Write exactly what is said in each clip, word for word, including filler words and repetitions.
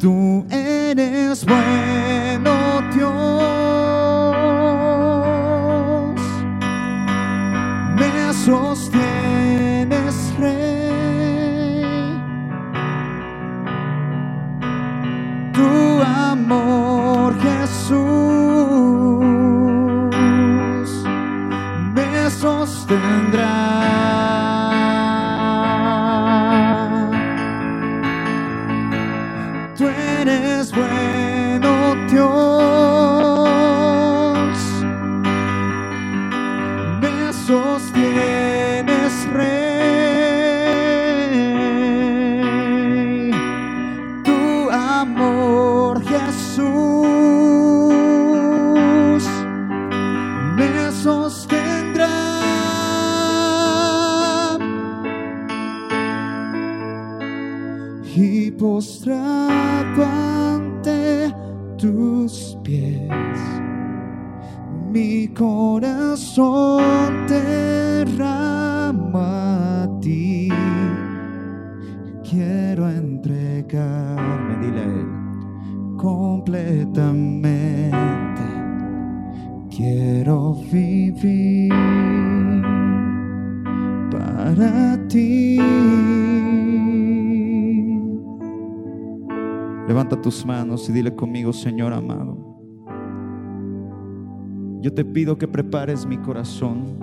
Tú eres bueno, Dios, me sostienes, Rey. Tu amor, Jesús, me sostendrá. Tú eres bueno, Dios, me sostienes, Rey. Tu amor, Jesús, me sostendrá. Y postrado ante tus pies, mi corazón derrama a ti. Quiero entregarme, dile a él, completamente. Quiero vivir para ti. Levanta tus manos y dile conmigo: Señor amado, yo te pido que prepares mi corazón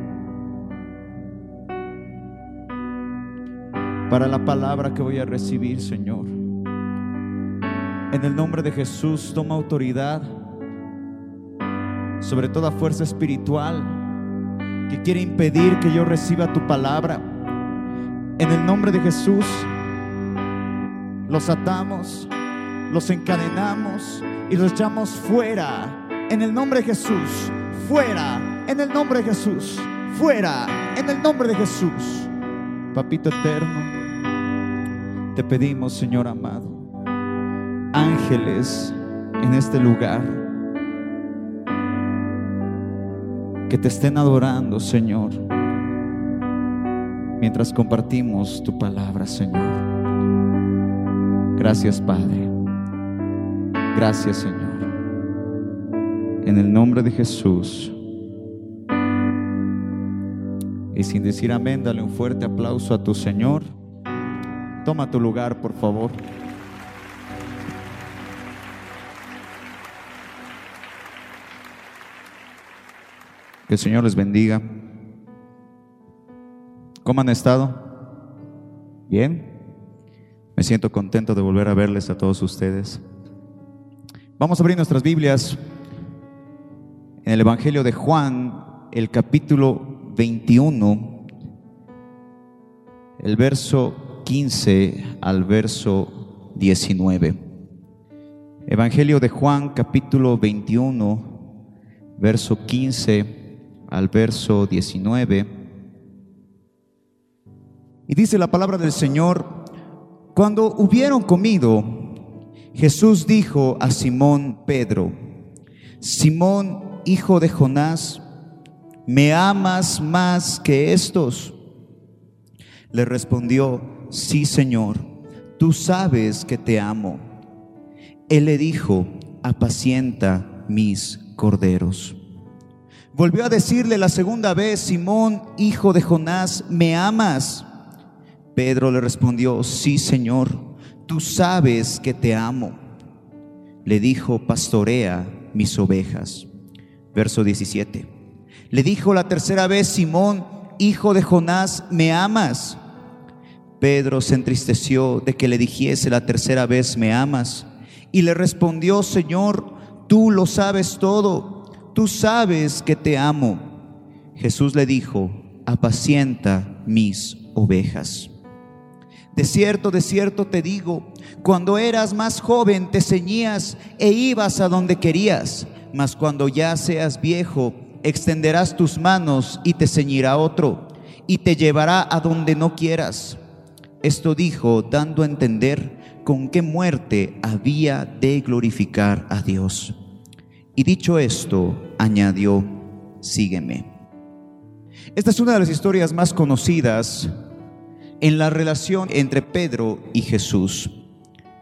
para la palabra que voy a recibir, Señor. En el nombre de Jesús, toma autoridad sobre toda fuerza espiritual que quiere impedir que yo reciba tu palabra. En el nombre de Jesús, los atamos, los encadenamos y los echamos fuera. En el nombre de Jesús, fuera. En el nombre de Jesús, fuera. En el nombre de Jesús. Papito eterno, te pedimos, Señor amado, ángeles en este lugar que te estén adorando, Señor, mientras compartimos tu palabra, Señor. Gracias, Padre. Gracias, Señor. En el nombre de Jesús. Y sin decir amén, dale un fuerte aplauso a tu Señor. Toma tu lugar, por favor. Que el Señor les bendiga. ¿Cómo han estado? ¿Bien? Me siento contento de volver a verles a todos ustedes. Vamos a abrir nuestras Biblias en el Evangelio de Juan, el capítulo veintiuno, el verso quince al verso diecinueve. Evangelio de Juan, capítulo veintiuno, verso quince al verso diecinueve. Y dice la palabra del Señor: cuando hubieron comido, Jesús dijo a Simón Pedro: Simón, hijo de Jonás, ¿me amas más que estos? Le respondió: sí, Señor, tú sabes que te amo. Él le dijo: apacienta mis corderos. Volvió a decirle la segunda vez: Simón, hijo de Jonás, ¿me amas? Pedro le respondió: sí, Señor, tú sabes que te amo. Le dijo: pastorea mis ovejas. Verso diecisiete. Le dijo la tercera vez: Simón, hijo de Jonás, ¿me amas? Pedro se entristeció de que le dijese la tercera vez: ¿me amas? Y le respondió: Señor, tú lo sabes todo, tú sabes que te amo. Jesús le dijo: apacienta mis ovejas. De cierto, de cierto te digo, cuando eras más joven te ceñías e ibas a donde querías, mas cuando ya seas viejo, extenderás tus manos y te ceñirá otro, y te llevará a donde no quieras. Esto dijo, dando a entender con qué muerte había de glorificar a Dios. Y dicho esto, añadió: sígueme. Esta es una de las historias más conocidas en la relación entre Pedro y Jesús.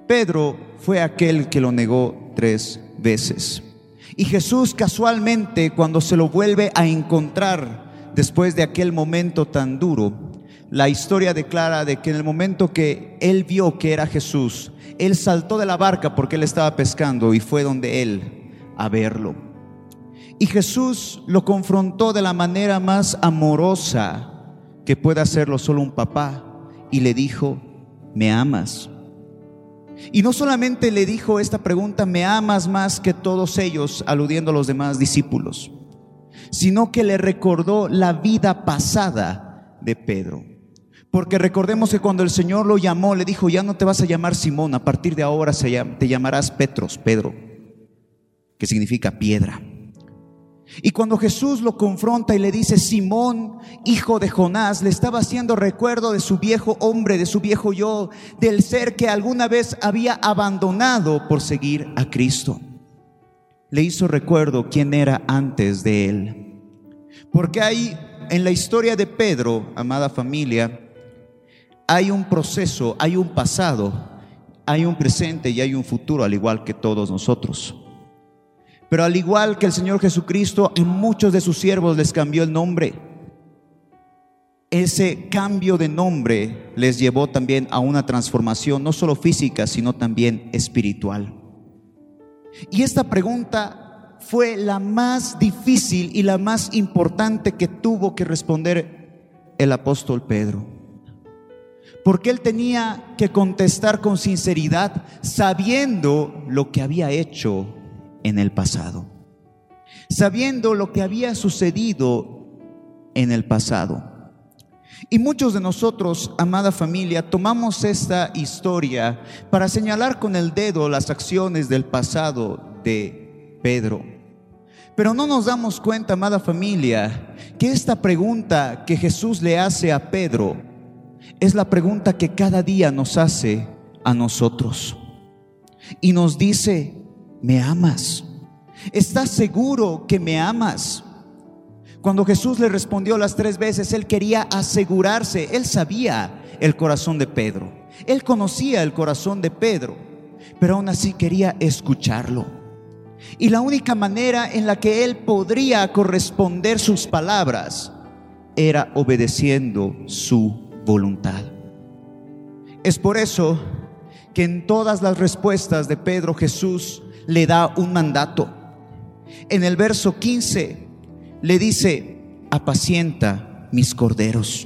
Pedro fue aquel que lo negó tres veces. Y Jesús casualmente, cuando se lo vuelve a encontrar después de aquel momento tan duro, la historia declara de que en el momento que él vio que era Jesús, él saltó de la barca porque él estaba pescando y fue donde él a verlo. Y Jesús lo confrontó de la manera más amorosa que puede hacerlo solo un papá y le dijo: ¿me amas? Y no solamente le dijo esta pregunta: ¿me amas más que todos ellos?, aludiendo a los demás discípulos, sino que le recordó la vida pasada de Pedro. Porque recordemos que cuando el Señor lo llamó, le dijo: ya no te vas a llamar Simón, a partir de ahora te llamarás Petros, Pedro, que significa piedra. Y cuando Jesús lo confronta y le dice: Simón, hijo de Jonás, le estaba haciendo recuerdo de su viejo hombre, de su viejo yo, del ser que alguna vez había abandonado por seguir a Cristo. Le hizo recuerdo quién era antes de él. Porque hay en la historia de Pedro, amada familia, hay un proceso, hay un pasado, hay un presente y hay un futuro, al igual que todos nosotros. Pero al igual que el Señor Jesucristo, a muchos de sus siervos les cambió el nombre. Ese cambio de nombre les llevó también a una transformación, no solo física, sino también espiritual. Y esta pregunta fue la más difícil y la más importante que tuvo que responder el apóstol Pedro. Porque él tenía que contestar con sinceridad, sabiendo lo que había hecho en el pasado, sabiendo lo que había sucedido en el pasado. Y muchos de nosotros, amada familia, tomamos esta historia para señalar con el dedo las acciones del pasado de Pedro. Pero no nos damos cuenta, amada familia, que esta pregunta que Jesús le hace a Pedro es la pregunta que cada día nos hace a nosotros. Y nos dice: ¿me amas? ¿Estás seguro que me amas? Cuando Jesús le respondió las tres veces, él quería asegurarse. Él sabía el corazón de Pedro, él conocía el corazón de Pedro, pero aún así quería escucharlo. Y la única manera en la que él podría corresponder sus palabras era obedeciendo su voluntad. Es por eso que en todas las respuestas de Pedro, Jesús le da un mandato. En el verso quince le dice: apacienta mis corderos.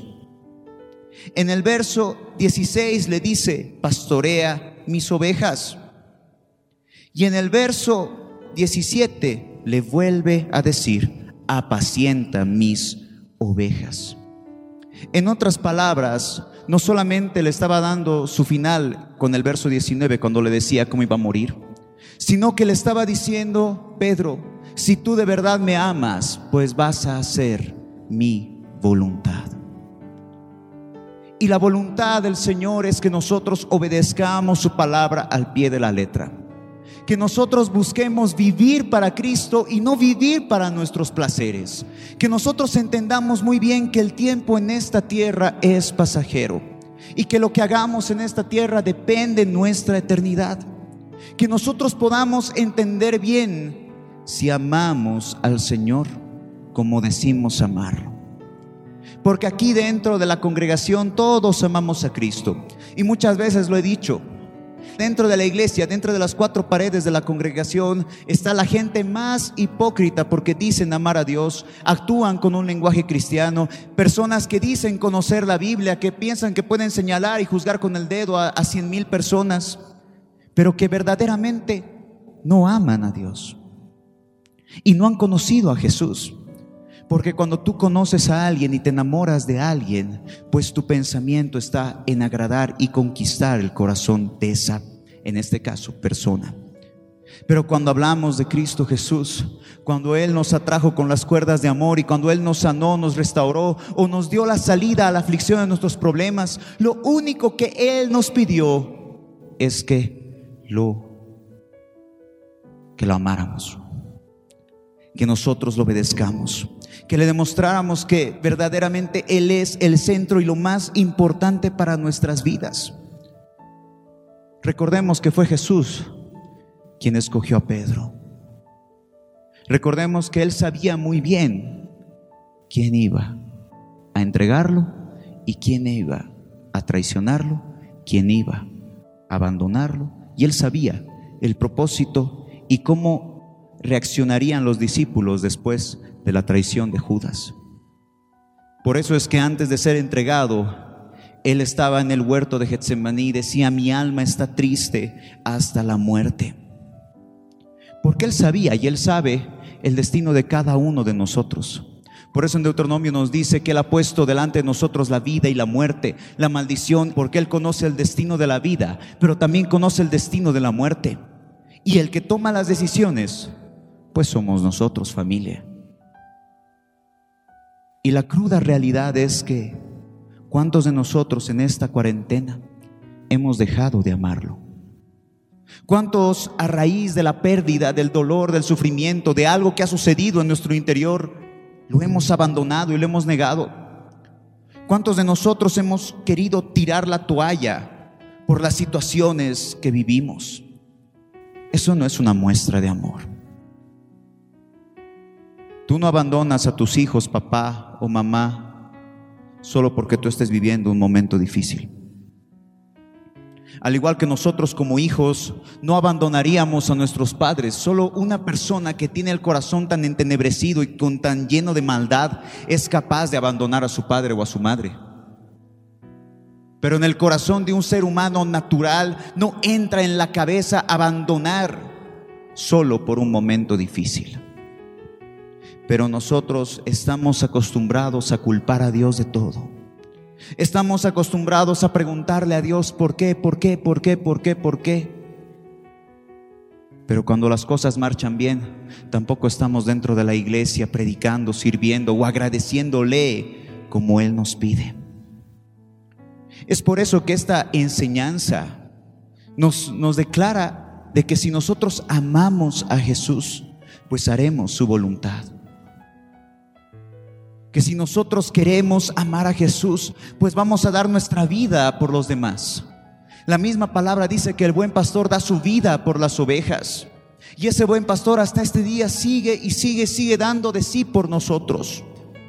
En el verso dieciséis le dice: pastorea mis ovejas. Y en el verso diecisiete le vuelve a decir: apacienta mis ovejas. En otras palabras, no solamente le estaba dando su final con el verso diecinueve, cuando le decía cómo iba a morir, sino que le estaba diciendo: Pedro, si tú de verdad me amas, pues vas a hacer mi voluntad. Y la voluntad del Señor es que nosotros obedezcamos su palabra al pie de la letra, que nosotros busquemos vivir para Cristo y no vivir para nuestros placeres, que nosotros entendamos muy bien que el tiempo en esta tierra es pasajero y que lo que hagamos en esta tierra depende de nuestra eternidad. Que nosotros podamos entender bien si amamos al Señor como decimos amarlo. Porque aquí dentro de la congregación todos amamos a Cristo, y muchas veces lo he dicho. Dentro de la iglesia, dentro de las cuatro paredes de la congregación, está la gente más hipócrita, porque dicen amar a Dios, actúan con un lenguaje cristiano. Personas que dicen conocer la Biblia, que piensan que pueden señalar y juzgar con el dedo a, a cien mil personas, pero que verdaderamente no aman a Dios y no han conocido a Jesús. Porque cuando tú conoces a alguien y te enamoras de alguien, pues tu pensamiento está en agradar y conquistar el corazón de esa, en este caso, persona. Pero cuando hablamos de Cristo Jesús, cuando Él nos atrajo con las cuerdas de amor, y cuando Él nos sanó, nos restauró o nos dio la salida a la aflicción de nuestros problemas, lo único que Él nos pidió es que lo, que lo amáramos, que nosotros lo obedezcamos, que le demostráramos que verdaderamente Él es el centro y lo más importante para nuestras vidas. recordemos que fue Jesús quien escogió a Pedro. Recordemos que Él sabía muy bien quién iba a entregarlo y quién iba a traicionarlo, quién iba a abandonarlo. Y Él sabía el propósito y cómo reaccionarían los discípulos después de la traición de Judas. Por eso es que antes de ser entregado, Él estaba en el huerto de Getsemaní y decía: mi alma está triste hasta la muerte. Porque Él sabía y Él sabe el destino de cada uno de nosotros. Por eso en Deuteronomio nos dice que Él ha puesto delante de nosotros la vida y la muerte, la maldición, porque Él conoce el destino de la vida, pero también conoce el destino de la muerte. Y el que toma las decisiones, pues somos nosotros, familia. Y la cruda realidad es que ¿cuántos de nosotros en esta cuarentena hemos dejado de amarlo? ¿Cuántos a raíz de la pérdida, del dolor, del sufrimiento, de algo que ha sucedido en nuestro interior, lo hemos abandonado y lo hemos negado? ¿Cuántos de nosotros hemos querido tirar la toalla por las situaciones que vivimos? Eso no es una muestra de amor. Tú no abandonas a tus hijos, papá o mamá, solo porque tú estés viviendo un momento difícil. Al igual que nosotros como hijos no abandonaríamos a nuestros padres. Solo una persona que tiene el corazón tan entenebrecido y con tan lleno de maldad es capaz de abandonar a su padre o a su madre. Pero en el corazón de un ser humano natural no entra en la cabeza abandonar solo por un momento difícil. Pero nosotros estamos acostumbrados a culpar a Dios de todo. Estamos acostumbrados a preguntarle a Dios ¿por qué? ¿Por qué? ¿Por qué? ¿Por qué? ¿Por qué? Pero cuando las cosas marchan bien, tampoco estamos dentro de la iglesia predicando, sirviendo o agradeciéndole como Él nos pide. Es por eso que esta enseñanza nos, nos declara de que si nosotros amamos a Jesús, pues haremos su voluntad. Que si nosotros queremos amar a Jesús, pues vamos a dar nuestra vida por los demás. La misma palabra dice que el buen pastor da su vida por las ovejas. Y ese buen pastor hasta este día sigue y sigue, sigue dando de sí por nosotros.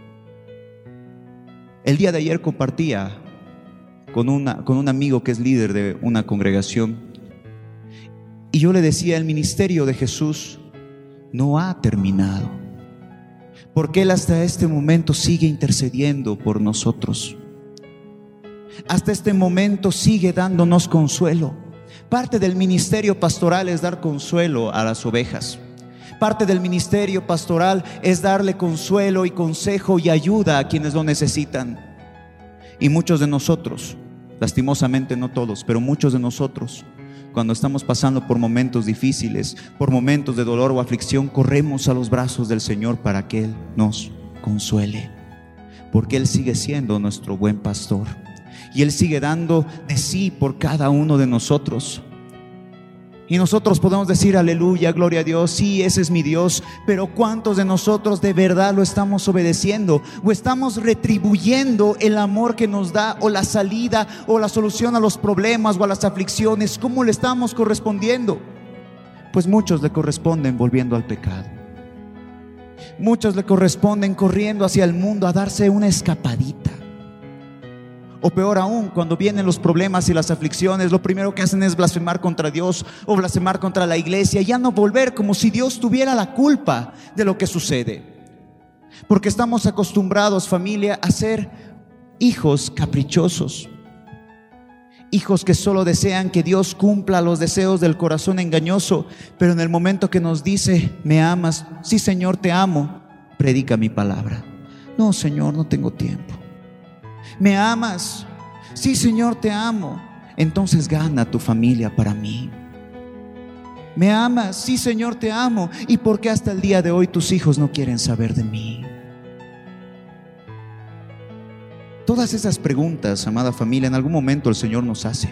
El día de ayer compartía con, una, con un amigo que es líder de una congregación. Y yo le decía, el ministerio de Jesús no ha terminado. Porque Él hasta este momento sigue intercediendo por nosotros. Hasta este momento sigue dándonos consuelo. Parte del ministerio pastoral es dar consuelo a las ovejas. Parte del ministerio pastoral es darle consuelo y consejo y ayuda a quienes lo necesitan. Y muchos de nosotros, lastimosamente no todos, pero muchos de nosotros, cuando estamos pasando por momentos difíciles, por momentos de dolor o aflicción, corremos a los brazos del Señor para que Él nos consuele. Porque Él sigue siendo nuestro buen pastor. Y Él sigue dando de sí por cada uno de nosotros. Y nosotros podemos decir aleluya, gloria a Dios, sí, ese es mi Dios. Pero ¿cuántos de nosotros de verdad lo estamos obedeciendo? ¿O estamos retribuyendo el amor que nos da, o la salida, o la solución a los problemas o a las aflicciones? ¿Cómo le estamos correspondiendo? Pues muchos le corresponden volviendo al pecado. Muchos le corresponden corriendo hacia el mundo a darse una escapadita. O peor aún, cuando vienen los problemas y las aflicciones, lo primero que hacen es blasfemar contra Dios o blasfemar contra la iglesia, y ya no volver, como si Dios tuviera la culpa de lo que sucede. Porque estamos acostumbrados, familia, a ser hijos caprichosos, hijos que solo desean que Dios cumpla los deseos del corazón engañoso. Pero en el momento que nos dice, ¿me amas? Sí, Señor, te amo. Predica mi palabra. No, Señor, no tengo tiempo. ¿Me amas? Sí, Señor, te amo. Entonces gana tu familia para mí. ¿Me amas? Sí, Señor, te amo. ¿Y por qué hasta el día de hoy tus hijos no quieren saber de mí? Todas esas preguntas, amada familia, en algún momento el Señor nos hace.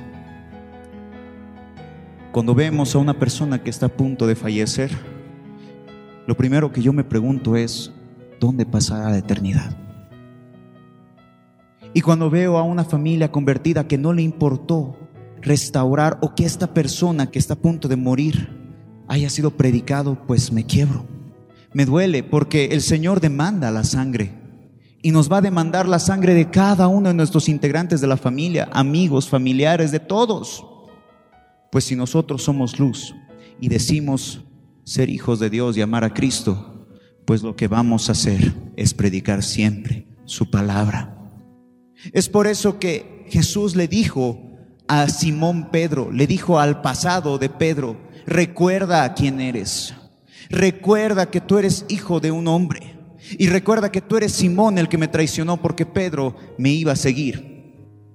Cuando vemos a una persona que está a punto de fallecer, lo primero que yo me pregunto es, ¿dónde pasará la eternidad? Y cuando veo a una familia convertida que no le importó restaurar o que esta persona que está a punto de morir haya sido predicado, pues me quiebro. Me duele porque el Señor demanda la sangre y nos va a demandar la sangre de cada uno de nuestros integrantes de la familia, amigos, familiares, de todos. Pues si nosotros somos luz y decimos ser hijos de Dios y amar a Cristo, pues lo que vamos a hacer es predicar siempre su palabra. Es por eso que Jesús le dijo a Simón Pedro, le dijo al pasado de Pedro: recuerda quién eres, recuerda que tú eres hijo de un hombre, y recuerda que tú eres Simón el que me traicionó, porque Pedro me iba a seguir.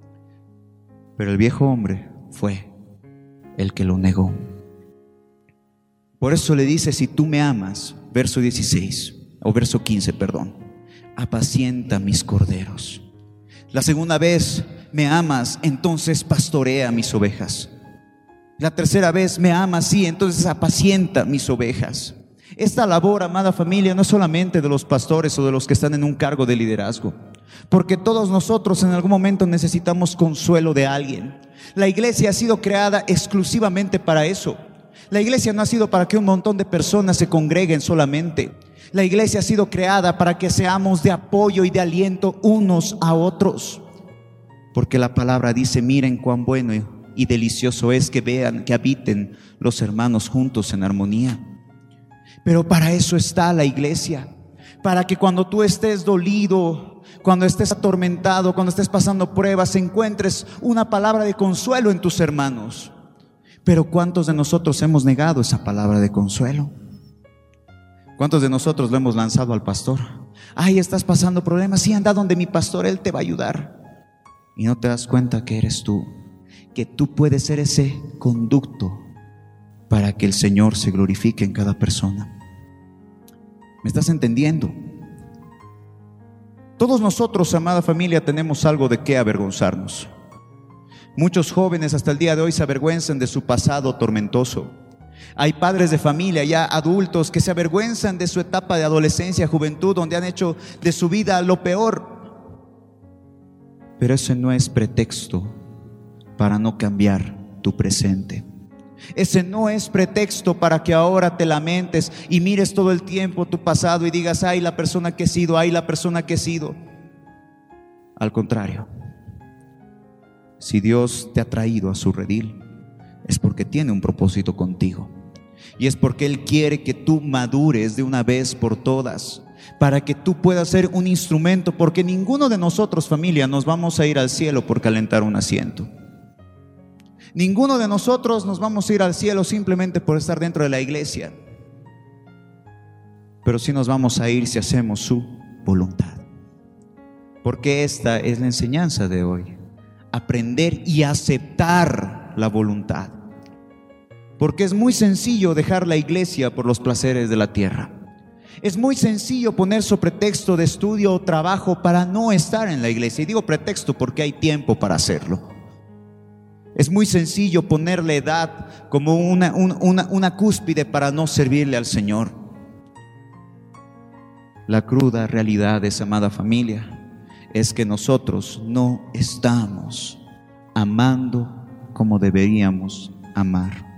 Pero el viejo hombre fue el que lo negó. Por eso le dice: si tú me amas, verso dieciséis o verso quince, perdón, apacienta mis corderos. La segunda vez: me amas, entonces pastorea mis ovejas. La tercera vez: me amas, sí, entonces apacienta mis ovejas. Esta labor, amada familia, no es solamente de los pastores o de los que están en un cargo de liderazgo, porque todos nosotros en algún momento necesitamos consuelo de alguien. La iglesia ha sido creada exclusivamente para eso. La iglesia no ha sido para que un montón de personas se congreguen solamente. La iglesia ha sido creada para que seamos de apoyo y de aliento unos a otros. Porque la palabra dice: miren cuán bueno y delicioso es que vean, que habiten los hermanos juntos en armonía. Pero para eso está la iglesia, para que cuando tú estés dolido, cuando estés atormentado, cuando estés pasando pruebas, encuentres una palabra de consuelo en tus hermanos. Pero ¿cuántos de nosotros hemos negado esa palabra de consuelo? ¿Cuántos de nosotros lo hemos lanzado al pastor? Ay, estás pasando problemas, sí, anda donde mi pastor, él te va a ayudar. Y no te das cuenta que eres tú, que tú puedes ser ese conducto para que el Señor se glorifique en cada persona. ¿Me estás entendiendo? Todos nosotros, amada familia, tenemos algo de qué avergonzarnos. Muchos jóvenes hasta el día de hoy se avergüenzan de su pasado tormentoso. Hay padres de familia ya adultos que se avergüenzan de su etapa de adolescencia, juventud, donde han hecho de su vida lo peor. Pero ese no es pretexto para no cambiar tu presente. Ese no es pretexto para que ahora te lamentes y mires todo el tiempo tu pasado y digas: ay, la persona que he sido, ay, la persona que he sido. Al contrario, si Dios te ha traído a su redil, es porque tiene un propósito contigo. Y es porque Él quiere que tú madures de una vez por todas, para que tú puedas ser un instrumento, porque ninguno de nosotros, familia, nos vamos a ir al cielo por calentar un asiento. Ninguno de nosotros nos vamos a ir al cielo simplemente por estar dentro de la iglesia. Pero sí nos vamos a ir si hacemos su voluntad. Porque esta es la enseñanza de hoy: aprender y aceptar la voluntad. Porque es muy sencillo dejar la iglesia por los placeres de la tierra. Es muy sencillo poner su pretexto de estudio o trabajo para no estar en la iglesia. Y digo pretexto porque hay tiempo para hacerlo. Es muy sencillo poner la edad como una, una, una cúspide para no servirle al Señor. La cruda realidad de esa amada familia es que nosotros no estamos amando como deberíamos amar.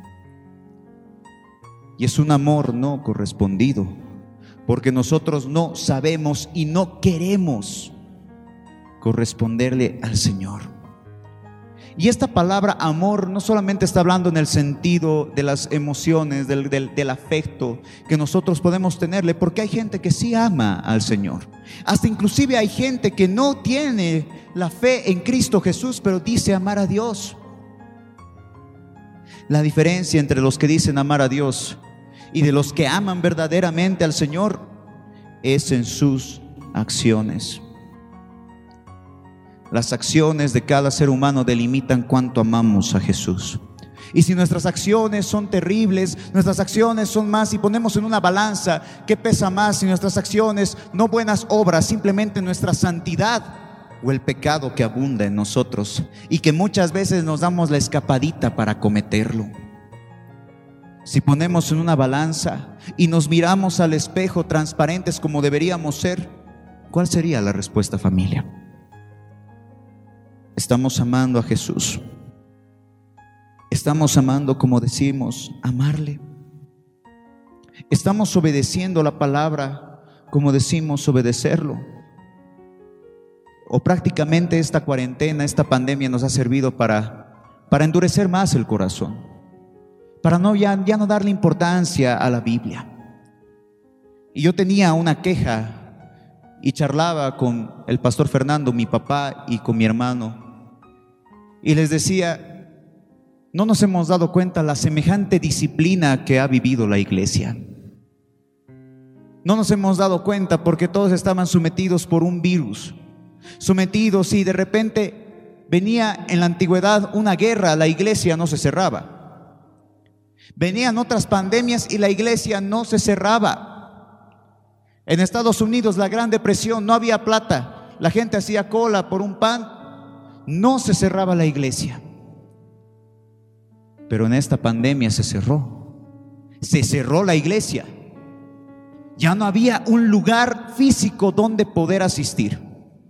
Y es un amor no correspondido, porque nosotros no sabemos y no queremos corresponderle al Señor. Y esta palabra amor no solamente está hablando en el sentido de las emociones, del, del, del afecto que nosotros podemos tenerle, porque hay gente que sí ama al Señor. Hasta inclusive hay gente que no tiene la fe en Cristo Jesús, pero dice amar a Dios. La diferencia entre los que dicen amar a Dios y de los que aman verdaderamente al Señor es en sus acciones. Las acciones de cada ser humano delimitan cuánto amamos a Jesús. Y si nuestras acciones son terribles, nuestras acciones son más, y ponemos en una balanza qué pesa más, si nuestras acciones, no buenas obras, simplemente nuestra santidad, o el pecado que abunda en nosotros y que muchas veces nos damos la escapadita para cometerlo. Si ponemos en una balanza y nos miramos al espejo transparentes como deberíamos ser, ¿cuál sería la respuesta, familia? ¿Estamos amando a Jesús? Estamos amando como decimos amarle. Estamos obedeciendo la palabra como decimos obedecerlo. O prácticamente esta cuarentena, esta pandemia nos ha servido para, para endurecer más el corazón, para no, ya, ya no darle importancia a la Biblia. Y yo tenía una queja y charlaba con el pastor Fernando, mi papá, y con mi hermano, y les decía: no nos hemos dado cuenta la semejante disciplina que ha vivido la iglesia. No nos hemos dado cuenta porque todos estaban sometidos por un virus, sometidos, y de repente venía en la antigüedad una guerra, la iglesia no se cerraba. Venían otras pandemias y la iglesia no se cerraba. En Estados Unidos, la Gran Depresión, no había plata, la gente hacía cola por un pan, no se cerraba la iglesia. Pero en esta pandemia se cerró, se cerró la iglesia. Ya no había un lugar físico donde poder asistir.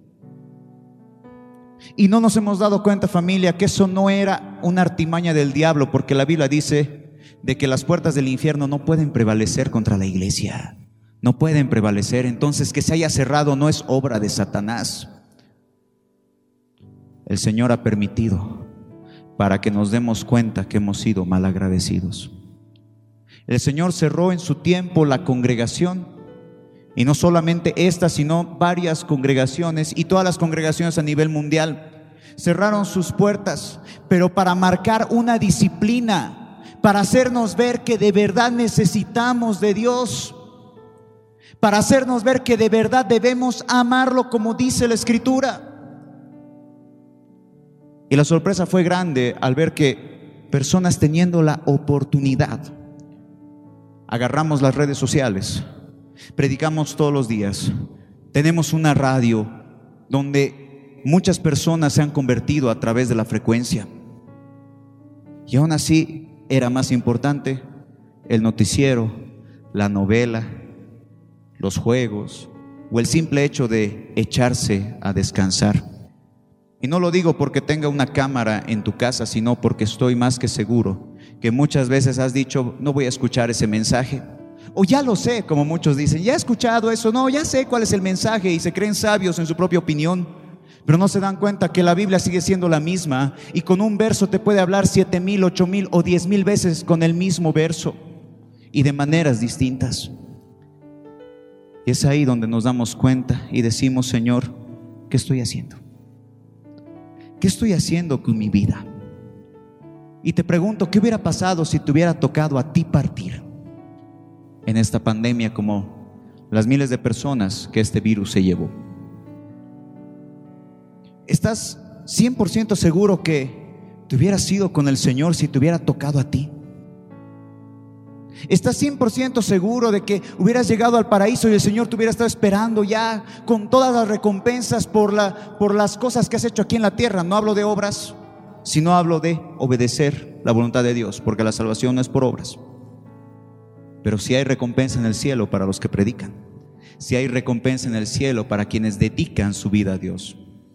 Y no nos hemos dado cuenta, familia, que eso no era una artimaña del diablo, porque la Biblia dice de que las puertas del infierno no pueden prevalecer contra la iglesia, no pueden prevalecer. Entonces, que se haya cerrado no es obra de Satanás. El Señor ha permitido para que nos demos cuenta que hemos sido malagradecidos. El Señor cerró en su tiempo la congregación, y no solamente esta, sino varias congregaciones, y todas las congregaciones a nivel mundial cerraron sus puertas, pero para marcar una disciplina, para hacernos ver que de verdad necesitamos de Dios, para hacernos ver que de verdad debemos amarlo como dice la Escritura. Y la sorpresa fue grande al ver que personas teniendo la oportunidad, agarramos las redes sociales, predicamos todos los días, tenemos una radio donde muchas personas se han convertido a través de la frecuencia, y aún así era más importante el noticiero, la novela, los juegos o el simple hecho de echarse a descansar. Y no lo digo porque tenga una cámara en tu casa, sino porque estoy más que seguro que muchas veces has dicho: no voy a escuchar ese mensaje, o ya lo sé, como muchos dicen, ya he escuchado eso, no, ya sé cuál es el mensaje, y se creen sabios en su propia opinión, pero no se dan cuenta que la Biblia sigue siendo la misma, y con un verso te puede hablar siete mil, ocho mil o diez mil veces con el mismo verso y de maneras distintas. Y es ahí donde nos damos cuenta y decimos: Señor, ¿qué estoy haciendo? ¿Qué estoy haciendo con mi vida? Y te pregunto, ¿qué hubiera pasado si te hubiera tocado a ti partir en esta pandemia como las miles de personas que este virus se llevó? ¿Estás cien por ciento seguro que te hubieras ido con el Señor si te hubiera tocado a ti? ¿Estás cien por ciento seguro de que hubieras llegado al paraíso y el Señor te hubiera estado esperando ya con todas las recompensas por, la, por las cosas que has hecho aquí en la tierra? No hablo de obras, sino hablo de obedecer la voluntad de Dios, porque la salvación no es por obras. Pero sí hay recompensa en el cielo para los que predican, sí hay recompensa en el cielo para quienes dedican su vida a Dios.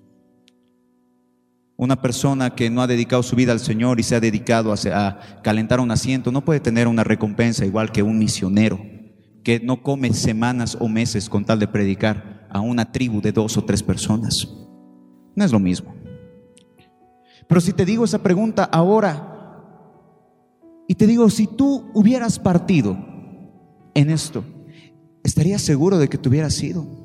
Una persona que no ha dedicado su vida al Señor y se ha dedicado a, a calentar un asiento no puede tener una recompensa igual que un misionero que no come semanas o meses con tal de predicar a una tribu de dos o tres personas. No es lo mismo. Pero si te digo esa pregunta ahora y te digo, si tú hubieras partido en esto, ¿estarías seguro de que te hubieras ido?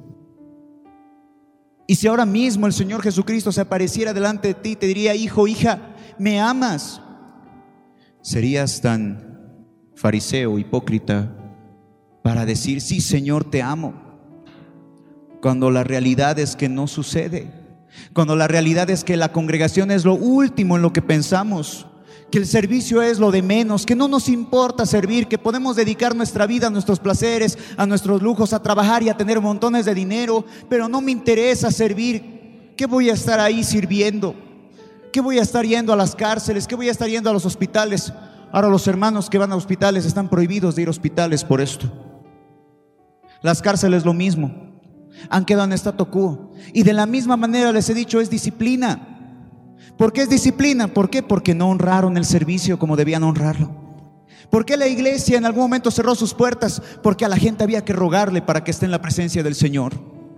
Y si ahora mismo el Señor Jesucristo se apareciera delante de ti, te diría: hijo, hija, ¿me amas? ¿Serías tan fariseo, hipócrita, para decir: sí, Señor, te amo, cuando la realidad es que no sucede? Cuando la realidad es que la congregación es lo último en lo que pensamos, que el servicio es lo de menos, que no nos importa servir, que podemos dedicar nuestra vida a nuestros placeres, a nuestros lujos, a trabajar y a tener montones de dinero, pero no me interesa servir. ¿Qué voy a estar ahí sirviendo? ¿Qué voy a estar yendo a las cárceles? ¿Qué voy a estar yendo a los hospitales? Ahora los hermanos que van a hospitales están prohibidos de ir a hospitales por esto. Las cárceles lo mismo, han quedado en statu quo. Y de la misma manera les he dicho, es disciplina. ¿Por qué es disciplina? ¿Por qué? Porque no honraron el servicio como debían honrarlo. ¿Por qué la iglesia en algún momento cerró sus puertas? Porque a la gente había que rogarle para que esté en la presencia del Señor.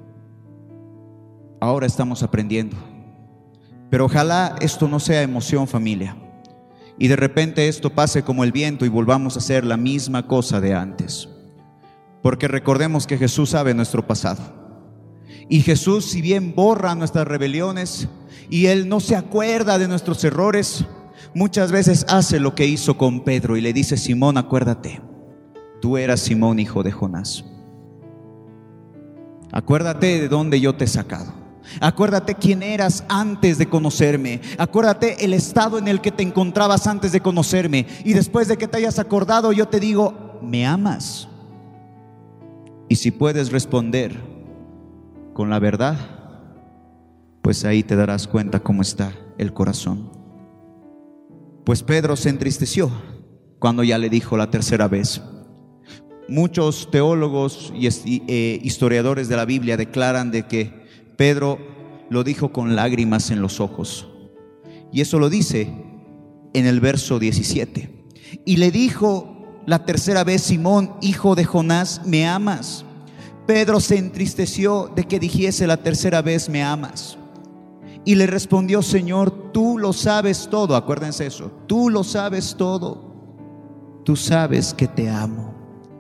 Ahora estamos aprendiendo. Pero ojalá esto no sea emoción, familia, y de repente esto pase como el viento y volvamos a hacer la misma cosa de antes. Porque recordemos que Jesús sabe nuestro pasado. Y Jesús, si bien borra nuestras rebeliones y Él no se acuerda de nuestros errores, muchas veces hace lo que hizo con Pedro y le dice: Simón, acuérdate, tú eras Simón, hijo de Jonás. Acuérdate de dónde yo te he sacado. Acuérdate quién eras antes de conocerme. Acuérdate el estado en el que te encontrabas antes de conocerme. Y después de que te hayas acordado, yo te digo: ¿me amas? Y si puedes responder con la verdad, pues ahí te darás cuenta cómo está el corazón. Pues Pedro se entristeció cuando ya le dijo la tercera vez. Muchos teólogos y eh, historiadores de la Biblia declaran de que Pedro lo dijo con lágrimas en los ojos. Y eso lo dice en el verso diecisiete. Y le dijo la tercera vez: Simón, hijo de Jonás, ¿me amas? Pedro se entristeció de que dijese la tercera vez: ¿me amas? Y le respondió: Señor, tú lo sabes todo. Acuérdense eso, tú lo sabes todo. Tú sabes que te amo.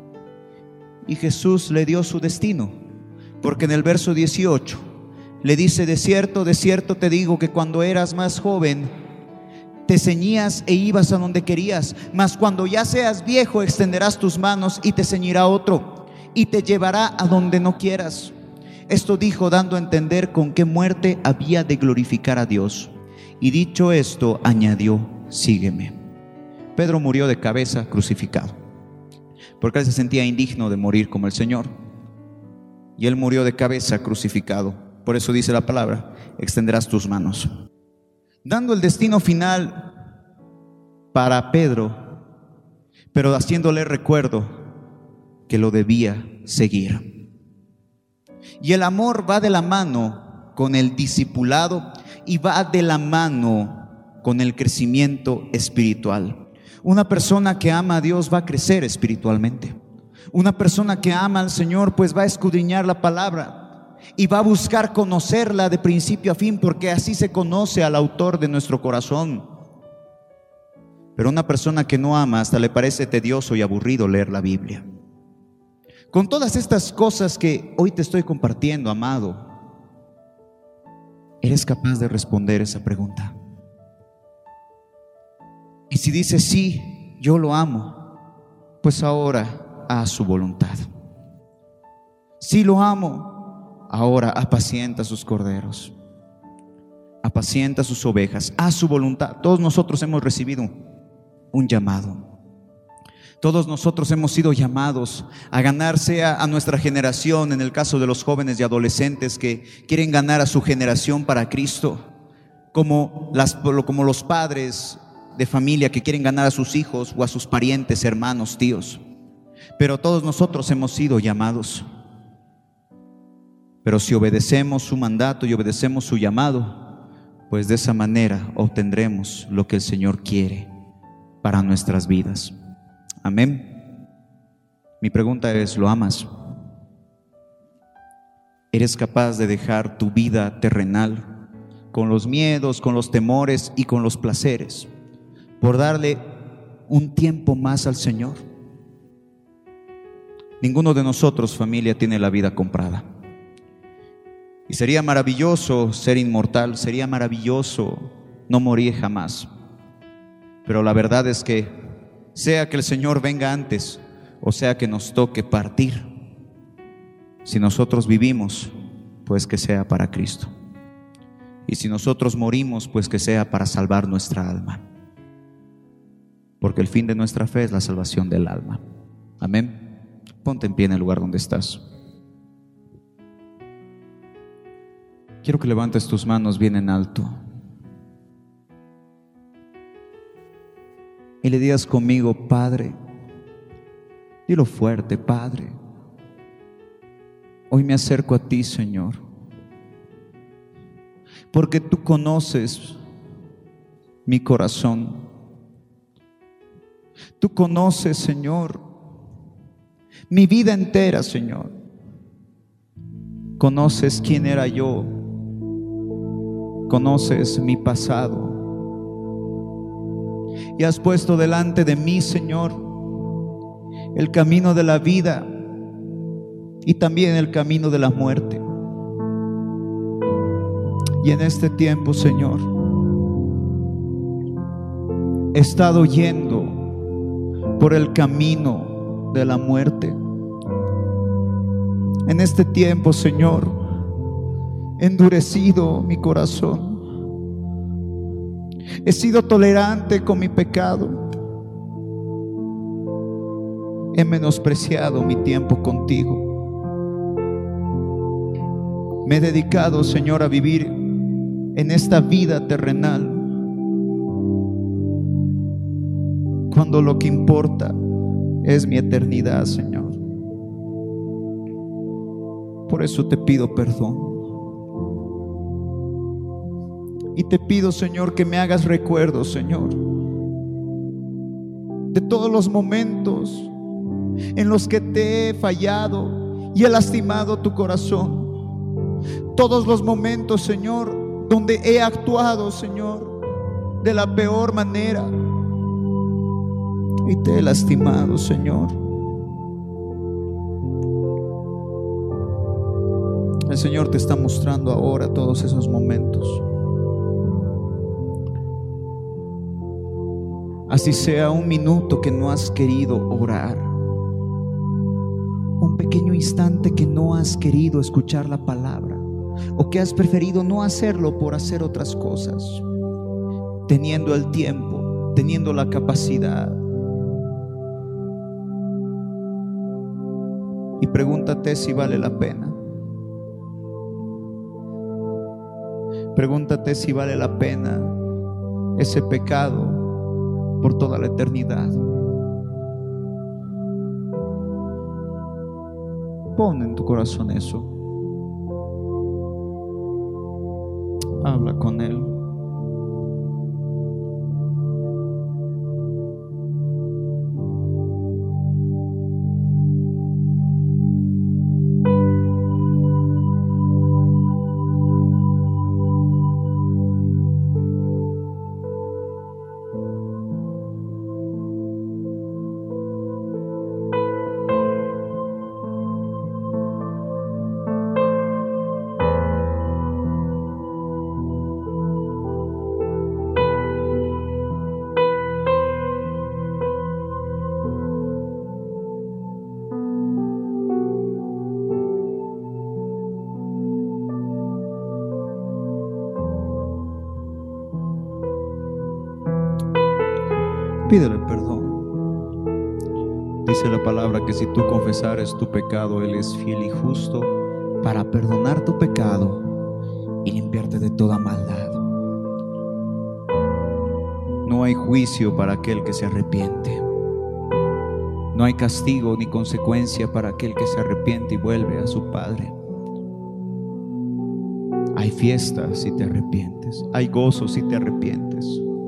Y Jesús le dio su destino, porque en el verso dieciocho le dice: de cierto, de cierto te digo que cuando eras más joven te ceñías e ibas a donde querías, mas cuando ya seas viejo extenderás tus manos y te ceñirá otro y te llevará a donde no quieras. Esto dijo dando a entender con qué muerte había de glorificar a Dios. Y dicho esto, añadió: sígueme. Pedro murió de cabeza crucificado, porque él se sentía indigno de morir como el Señor. Y él murió de cabeza crucificado. Por eso dice la palabra: extenderás tus manos, dando el destino final para Pedro, pero haciéndole recuerdo que lo debía seguir. Y el amor va de la mano con el discipulado y va de la mano con el crecimiento espiritual. Una persona que ama a Dios va a crecer espiritualmente. Una persona que ama al Señor pues va a escudriñar la palabra y va a buscar conocerla de principio a fin, porque así se conoce al autor de nuestro corazón. Pero una persona que no ama, hasta le parece tedioso y aburrido leer la Biblia. Con todas estas cosas que hoy te estoy compartiendo, amado, ¿eres capaz de responder esa pregunta? Y si dices: sí, yo lo amo, pues ahora haz su voluntad. Sí, lo amo, ahora apacienta sus corderos, apacienta sus ovejas, haz su voluntad. Todos nosotros hemos recibido un llamado. Todos nosotros hemos sido llamados a ganar, sea a nuestra generación, en el caso de los jóvenes y adolescentes que quieren ganar a su generación para Cristo, como, las, como los padres de familia que quieren ganar a sus hijos o a sus parientes, hermanos, tíos. Pero todos nosotros hemos sido llamados. Pero si obedecemos su mandato y obedecemos su llamado, pues de esa manera obtendremos lo que el Señor quiere para nuestras vidas. Amén. Mi pregunta es: ¿lo amas? ¿Eres capaz de dejar tu vida terrenal con los miedos, con los temores y con los placeres por darle un tiempo más al Señor? Ninguno de nosotros, familia, tiene la vida comprada. Y sería maravilloso ser inmortal, sería maravilloso no morir jamás. Pero la verdad es que sea que el Señor venga antes o sea que nos toque partir, si nosotros vivimos, pues que sea para Cristo. Y si nosotros morimos, pues que sea para salvar nuestra alma. Porque el fin de nuestra fe es la salvación del alma. Amén. Ponte en pie en el lugar donde estás. Quiero que levantes tus manos bien en alto y le digas conmigo: Padre. Dilo fuerte: Padre, hoy me acerco a ti, Señor, porque tú conoces mi corazón. Tú conoces, Señor, mi vida entera, Señor. Conoces quién era yo. Conoces mi pasado. Y has puesto delante de mí, Señor, el camino de la vida y también el camino de la muerte. Y en este tiempo, Señor, he estado yendo por el camino de la muerte. En este tiempo, Señor, he endurecido mi corazón. He sido tolerante con mi pecado. He menospreciado mi tiempo contigo. Me he dedicado, Señor, a vivir en esta vida terrenal, cuando lo que importa es mi eternidad, Señor. Por eso te pido perdón. Y te pido, Señor, que me hagas recuerdo, Señor, de todos los momentos en los que te he fallado y he lastimado tu corazón. Todos los momentos, Señor, donde he actuado, Señor, de la peor manera y te he lastimado, Señor. El Señor te está mostrando ahora todos esos momentos. Así sea un minuto que no has querido orar, un pequeño instante que no has querido escuchar la palabra, o que has preferido no hacerlo por hacer otras cosas, teniendo el tiempo, teniendo la capacidad. Y pregúntate si vale la pena. Pregúntate si vale la pena ese pecado por toda la eternidad. Pon en tu corazón eso. Habla con Él. Pídele perdón. Dice la palabra que si tú confesares tu pecado, Él es fiel y justo para perdonar tu pecado y limpiarte de toda maldad. No hay juicio para aquel que se arrepiente. No hay castigo ni consecuencia para aquel que se arrepiente y vuelve a su Padre. Hay fiesta si te arrepientes. Hay gozo si te arrepientes.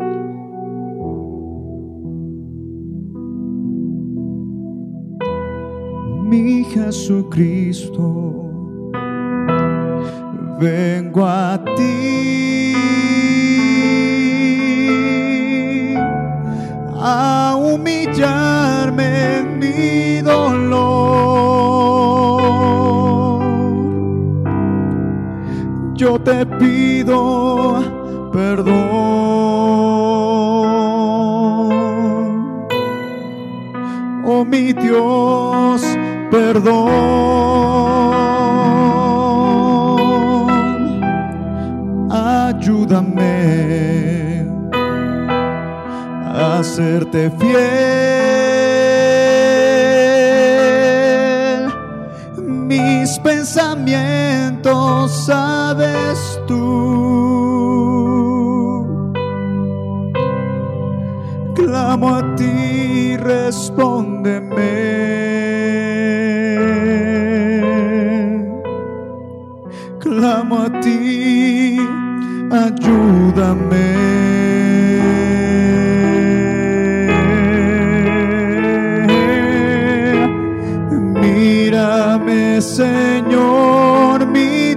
Mi Jesucristo, vengo a ti a humillarme en mi dolor. Yo te pido perdón, oh mi Dios, perdón. Ayúdame a serte fiel. Mis pensamientos sabes tú. Clamo a ti, respóndeme. Clamo a ti, ayúdame. Señor mi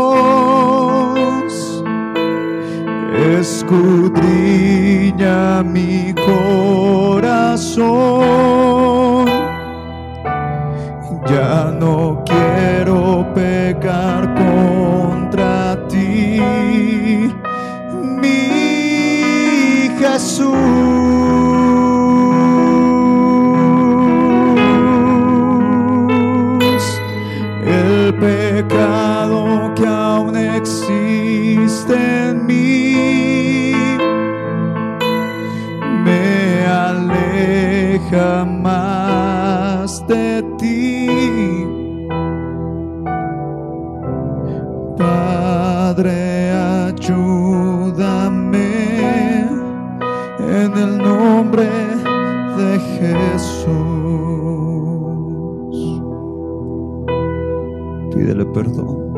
Dios, escudriña mi corazón. Ya no quiero pecar contra ti, mi Jesús. El pecado que aún existe en mí me aleja más de ti. Padre, ayúdame en el nombre de Jesús. Pídele perdón.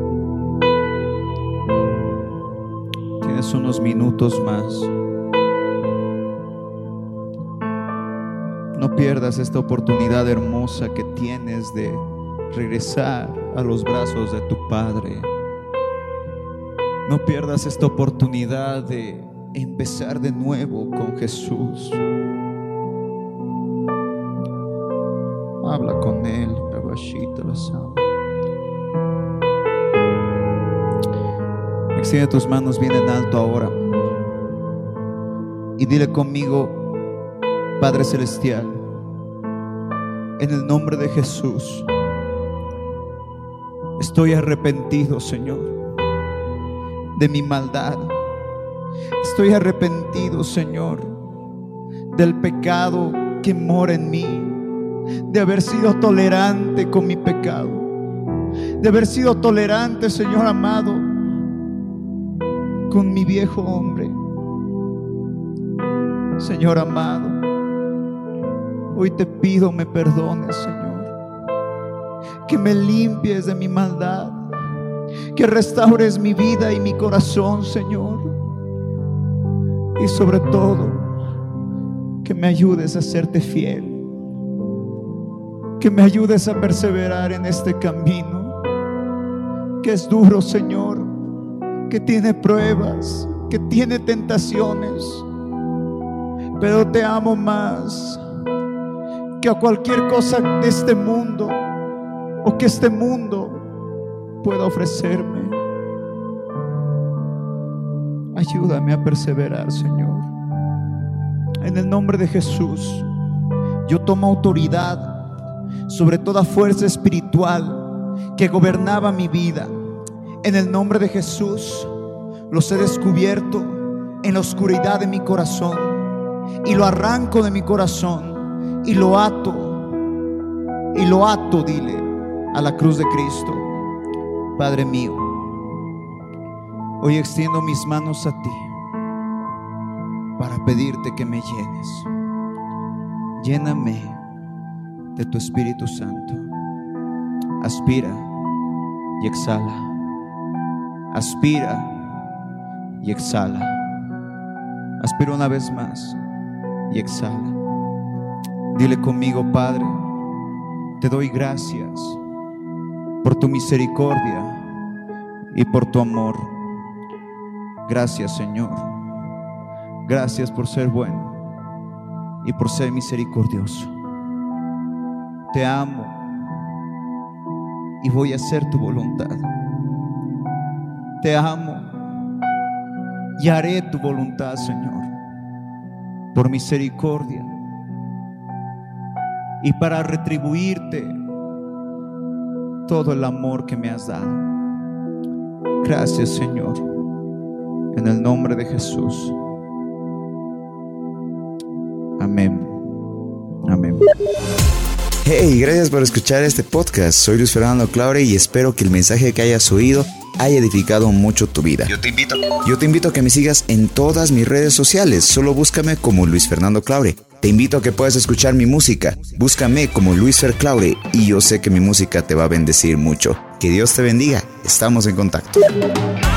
Tienes unos minutos más. No pierdas esta oportunidad hermosa que tienes de regresar a los brazos de tu Padre. No pierdas esta oportunidad de empezar de nuevo con Jesús. Habla con Él. Extiende tus manos bien en alto ahora y dile conmigo: Padre Celestial, en el nombre de Jesús, estoy arrepentido, Señor, de mi maldad. Estoy arrepentido, Señor, del pecado que mora en mí, de haber sido tolerante con mi pecado, de haber sido tolerante, Señor amado, con mi viejo hombre. Señor amado, hoy te pido me perdones, Señor, que me limpies de mi maldad, que restaures mi vida y mi corazón, Señor, y sobre todo que me ayudes a serte fiel, que me ayudes a perseverar en este camino que es duro, Señor, que tiene pruebas, que tiene tentaciones, pero te amo más que a cualquier cosa de este mundo o que este mundo pueda ofrecerme. Ayúdame a perseverar, Señor. En el nombre de Jesús, yo tomo autoridad sobre toda fuerza espiritual que gobernaba mi vida. En el nombre de Jesús, los he descubierto en la oscuridad de mi corazón y lo arranco de mi corazón y lo ato, y lo ato, dile, a la cruz de Cristo. Padre mío, hoy extiendo mis manos a ti para pedirte que me llenes. Lléname de tu Espíritu Santo. Aspira y exhala. Aspira y exhala. Aspira una vez más y exhala. Dile conmigo: Padre, te doy gracias por tu misericordia y por tu amor. Gracias, Señor. Gracias por ser bueno y por ser misericordioso. Te amo y voy a hacer tu voluntad. Te amo y haré tu voluntad, Señor, por misericordia y para retribuirte todo el amor que me has dado. Gracias, Señor, en el nombre de Jesús. Amén. Amén. Hey, gracias por escuchar este podcast. Soy Luis Fernando Claure y espero que el mensaje que hayas oído haya edificado mucho tu vida. Yo te invito. Yo te invito a que me sigas en todas mis redes sociales. Solo búscame como Luis Fernando Claure. Te invito a que puedas escuchar mi música. Búscame como Luis Fer Claure y yo sé que mi música te va a bendecir mucho. Que Dios te bendiga. Estamos en contacto.